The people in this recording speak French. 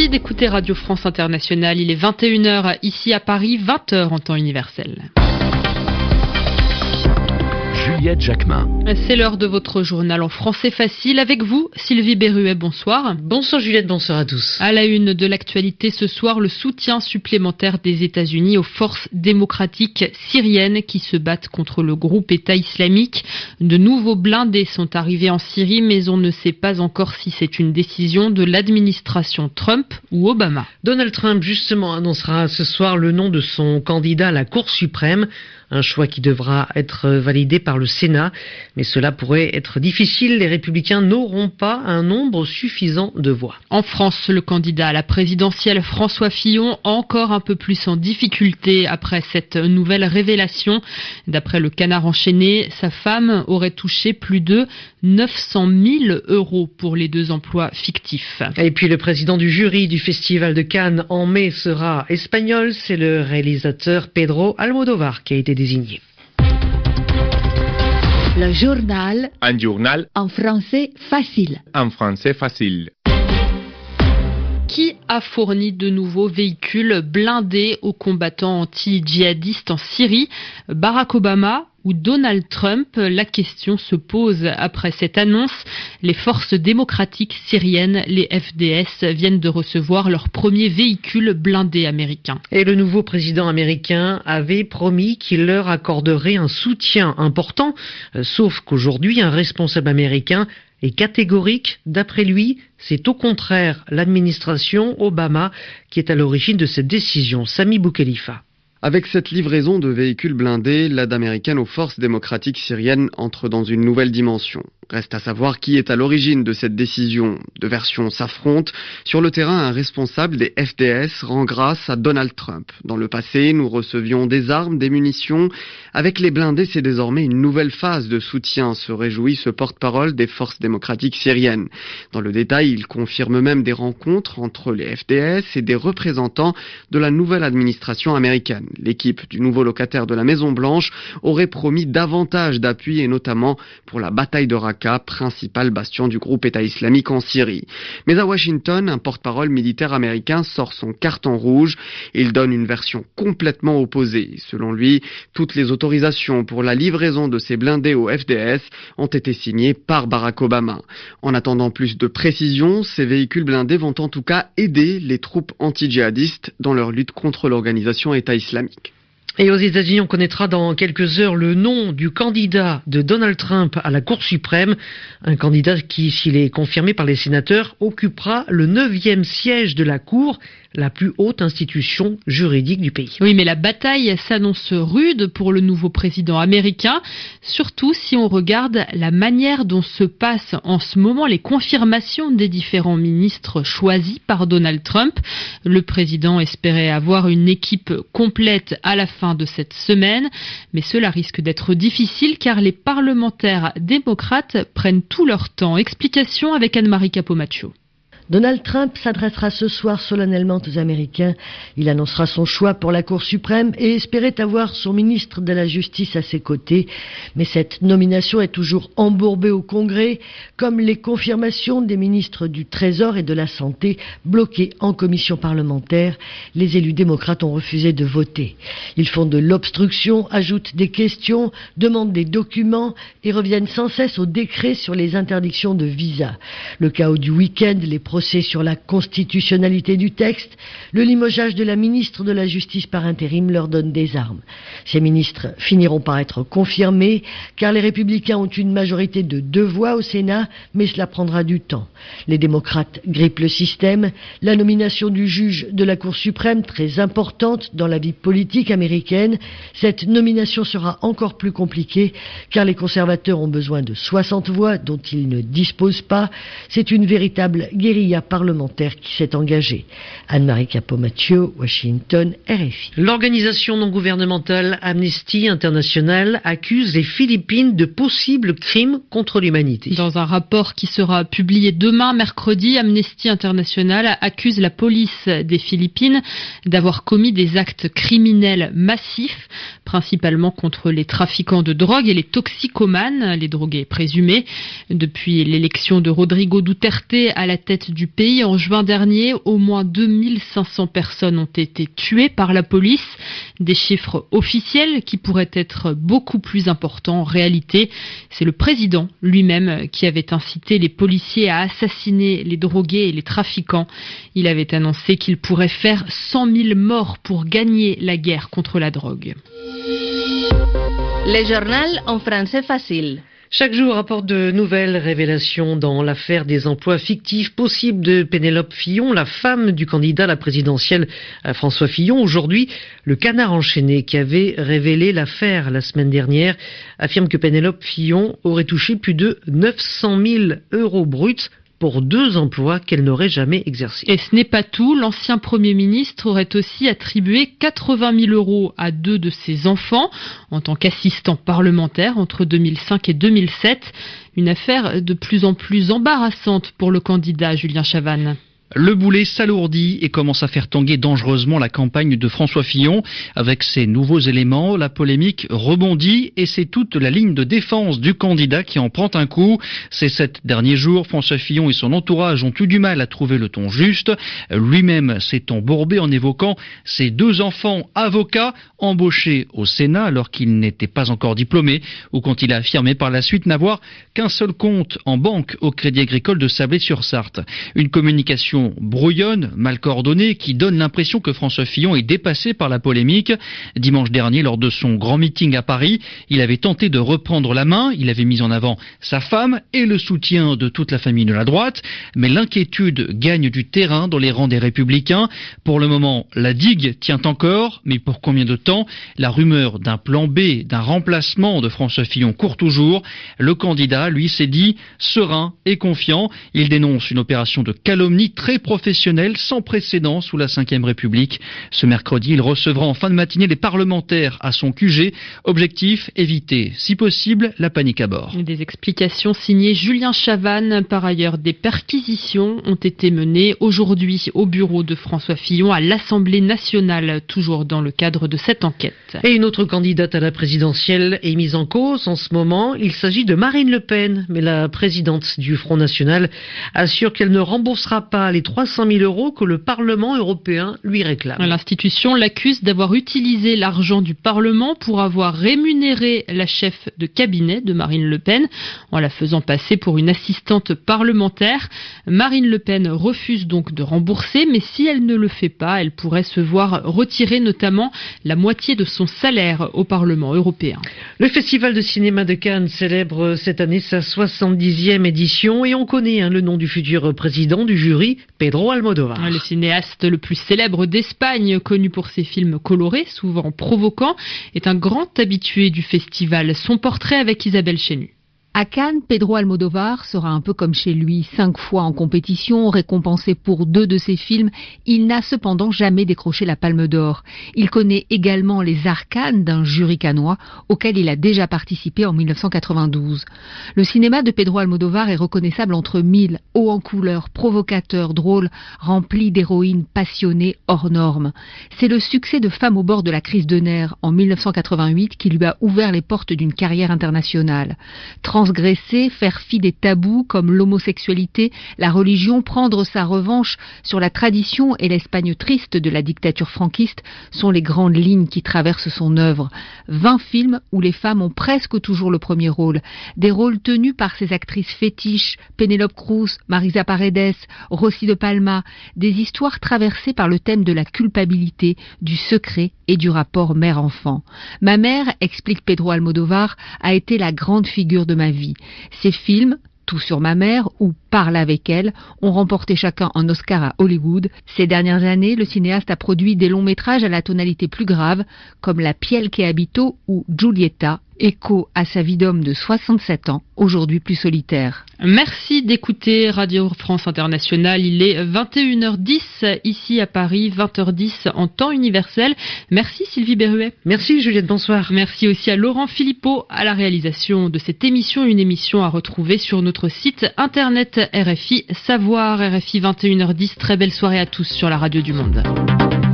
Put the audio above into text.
Merci d'écouter Radio France Internationale. Il est 21h ici à Paris, 20h en temps universel. Juliette Jacquemin. C'est l'heure de votre journal en français facile. Avec vous, Sylvie Berruet, bonsoir. Bonsoir Juliette, bonsoir à tous. À la une de l'actualité ce soir, le soutien supplémentaire des États-Unis aux forces démocratiques syriennes qui se battent contre le groupe État islamique. De nouveaux blindés sont arrivés en Syrie, mais on ne sait pas encore si c'est une décision de l'administration Trump ou Obama. Donald Trump, justement, annoncera ce soir le nom de son candidat à la Cour suprême. Un choix qui devra être validé par le Sénat, mais cela pourrait être difficile. Les Républicains n'auront pas un nombre suffisant de voix. En France, le candidat à la présidentielle François Fillon, encore un peu plus en difficulté après cette nouvelle révélation. D'après le Canard enchaîné, sa femme aurait touché plus de 900 000 € pour les deux emplois fictifs. Et puis le président du jury du Festival de Cannes en mai sera espagnol. C'est le réalisateur Pedro Almodóvar qui a été désigné. Le journal. Un journal. En français facile. En français facile. Qui a fourni de nouveaux véhicules blindés aux combattants anti-djihadistes en Syrie? Barack Obama ou Donald Trump? La question se pose après cette annonce. Les forces démocratiques syriennes, les FDS, viennent de recevoir leur premier véhicule blindé américain. Et le nouveau président américain avait promis qu'il leur accorderait un soutien important, sauf qu'aujourd'hui, un responsable américain est catégorique. D'après lui, c'est au contraire l'administration Obama qui est à l'origine de cette décision. Sami Boukhelifa. Avec cette livraison de véhicules blindés, l'aide américaine aux forces démocratiques syriennes entre dans une nouvelle dimension. Reste à savoir qui est à l'origine de cette décision. Deux versions s'affrontent. Sur le terrain, un responsable des FDS rend grâce à Donald Trump. Dans le passé, nous recevions des armes, des munitions. Avec les blindés, c'est désormais une nouvelle phase de soutien, se réjouit ce porte-parole des forces démocratiques syriennes. Dans le détail, il confirme même des rencontres entre les FDS et des représentants de la nouvelle administration américaine. L'équipe du nouveau locataire de la Maison-Blanche aurait promis davantage d'appui et notamment pour la bataille de Raqqa, principal bastion du groupe État islamique en Syrie. Mais à Washington, un porte-parole militaire américain sort son carton rouge. Il donne une version complètement opposée. Selon lui, toutes les autorisations pour la livraison de ces blindés au FDS ont été signées par Barack Obama. En attendant plus de précisions, ces véhicules blindés vont en tout cas aider les troupes anti-djihadistes dans leur lutte contre l'organisation État islamique. Et aux États-Unis, on connaîtra dans quelques heures le nom du candidat de Donald Trump à la Cour suprême. Un candidat qui, s'il est confirmé par les sénateurs, occupera le 9e siège de la Cour, la plus haute institution juridique du pays. Oui, mais la bataille s'annonce rude pour le nouveau président américain, surtout si on regarde la manière dont se passent en ce moment les confirmations des différents ministres choisis par Donald Trump. Le président espérait avoir une équipe complète à la fin de cette semaine, mais cela risque d'être difficile car les parlementaires démocrates prennent tout leur temps. Explication avec Anne-Marie Capomaccio. Donald Trump s'adressera ce soir solennellement aux Américains. Il annoncera son choix pour la Cour suprême et espérait avoir son ministre de la Justice à ses côtés. Mais cette nomination est toujours embourbée au Congrès, comme les confirmations des ministres du Trésor et de la Santé bloquées en commission parlementaire. Les élus démocrates ont refusé de voter. Ils font de l'obstruction, ajoutent des questions, demandent des documents et reviennent sans cesse au décret sur les interdictions de visa. Le chaos du week-end, les procès sur la constitutionnalité du texte, le limogeage de la ministre de la Justice par intérim leur donne des armes. Ces ministres finiront par être confirmés, car les républicains ont une majorité de 2 voix au Sénat, mais cela prendra du temps. Les démocrates grippent le système. La nomination du juge de la Cour suprême, très importante dans la vie politique américaine, cette nomination sera encore plus compliquée, car les conservateurs ont besoin de 60 voix dont ils ne disposent pas. C'est une véritable guérilla parlementaire qui s'est engagée. Anne-Marie Capomaccio, Washington, RFI. L'organisation non gouvernementale Amnesty International accuse les Philippines de possibles crimes contre l'humanité. Dans un rapport qui sera publié demain, mercredi, Amnesty International accuse la police des Philippines d'avoir commis des actes criminels massifs, principalement contre les trafiquants de drogue et les toxicomanes, les drogués présumés. Depuis l'élection de Rodrigo Duterte à la tête du pays. En juin dernier, au moins 2500 personnes ont été tuées par la police. Des chiffres officiels qui pourraient être beaucoup plus importants en réalité. C'est le président lui-même qui avait incité les policiers à assassiner les drogués et les trafiquants. Il avait annoncé qu'il pourrait faire 100 000 morts pour gagner la guerre contre la drogue. Le journal en français facile. Chaque jour apporte de nouvelles révélations dans l'affaire des emplois fictifs possibles de Pénélope Fillon, la femme du candidat à la présidentielle François Fillon. Aujourd'hui, le Canard enchaîné qui avait révélé l'affaire la semaine dernière affirme que Pénélope Fillon aurait touché plus de 900 000 euros bruts pour 2 emplois qu'elle n'aurait jamais exercés. Et ce n'est pas tout. L'ancien Premier ministre aurait aussi attribué 80 000 euros à 2 de ses enfants en tant qu'assistant parlementaire entre 2005 et 2007. Une affaire de plus en plus embarrassante pour le candidat Julien Chavannes. Le boulet s'alourdit et commence à faire tanguer dangereusement la campagne de François Fillon. Avec ces nouveaux éléments, la polémique rebondit et c'est toute la ligne de défense du candidat qui en prend un coup. Ces 7 derniers jours, François Fillon et son entourage ont eu du mal à trouver le ton juste. Lui-même s'est embourbé en évoquant ses 2 enfants avocats embauchés au Sénat alors qu'il n'était pas encore diplômé, ou quand il a affirmé par la suite n'avoir qu'un seul compte en banque au Crédit Agricole de Sablé-sur-Sarthe. Une communication brouillonne, mal coordonnée, qui donne l'impression que François Fillon est dépassé par la polémique. Dimanche dernier, lors de son grand meeting à Paris, il avait tenté de reprendre la main. Il avait mis en avant sa femme et le soutien de toute la famille de la droite. Mais l'inquiétude gagne du terrain dans les rangs des Républicains. Pour le moment, la digue tient encore, mais pour combien de temps? La rumeur d'un plan B, d'un remplacement de François Fillon court toujours. Le candidat, lui, s'est dit serein et confiant. Il dénonce une opération de calomnie très professionnel, sans précédent sous la Ve République. Ce mercredi, il recevra en fin de matinée les parlementaires à son QG. Objectif, éviter, si possible, la panique à bord. Des explications signées Julien Chavannes. Par ailleurs, des perquisitions ont été menées aujourd'hui au bureau de François Fillon à l'Assemblée nationale, toujours dans le cadre de cette enquête. Et une autre candidate à la présidentielle est mise en cause en ce moment. Il s'agit de Marine Le Pen, mais la présidente du Front National assure qu'elle ne remboursera pas les 300 000 euros que le Parlement européen lui réclame. L'institution l'accuse d'avoir utilisé l'argent du Parlement pour avoir rémunéré la chef de cabinet de Marine Le Pen en la faisant passer pour une assistante parlementaire. Marine Le Pen refuse donc de rembourser, mais si elle ne le fait pas, elle pourrait se voir retirer notamment la moitié de son salaire au Parlement européen. Le Festival de cinéma de Cannes célèbre cette année sa 70e édition et on connaît le nom du futur président du jury, Pedro Almodóvar. Le cinéaste le plus célèbre d'Espagne, connu pour ses films colorés, souvent provocants, est un grand habitué du festival. Son portrait avec Isabelle Chénu. À Cannes, Pedro Almodóvar sera un peu comme chez lui, 5 fois en compétition, récompensé pour 2 de ses films. Il n'a cependant jamais décroché la Palme d'Or. Il connaît également les arcanes d'un jury cannois auquel il a déjà participé en 1992. Le cinéma de Pedro Almodóvar est reconnaissable entre mille, haut en couleur, provocateur, drôle, rempli d'héroïnes passionnées hors normes. C'est le succès de Femme au bord de la crise de nerfs en 1988 qui lui a ouvert les portes d'une carrière internationale. Transgresser, faire fi des tabous comme l'homosexualité, la religion, prendre sa revanche sur la tradition et l'Espagne triste de la dictature franquiste sont les grandes lignes qui traversent son œuvre. 20 films où les femmes ont presque toujours le premier rôle. Des rôles tenus par ces actrices fétiches, Penélope Cruz, Marisa Paredes, Rossi de Palma, des histoires traversées par le thème de la culpabilité, du secret et du rapport mère-enfant. Ma mère, explique Pedro Almodóvar, a été la grande figure de ma vie. Ces films, Tout sur ma mère ou Parle avec elle, ont remporté chacun un Oscar à Hollywood. Ces dernières années, le cinéaste a produit des longs métrages à la tonalité plus grave, comme La Piel che habito ou Giulietta, écho à sa vie d'homme de 67 ans, aujourd'hui plus solitaire. Merci d'écouter Radio France Internationale. Il est 21h10 ici à Paris, 20h10 en temps universel. Merci Sylvie Berruet. Merci Juliette, bonsoir. Merci aussi à Laurent Philippot à la réalisation de cette émission, une émission à retrouver sur notre site internet RFI Savoir, RFI 21h10. Très belle soirée à tous sur la radio du Monde.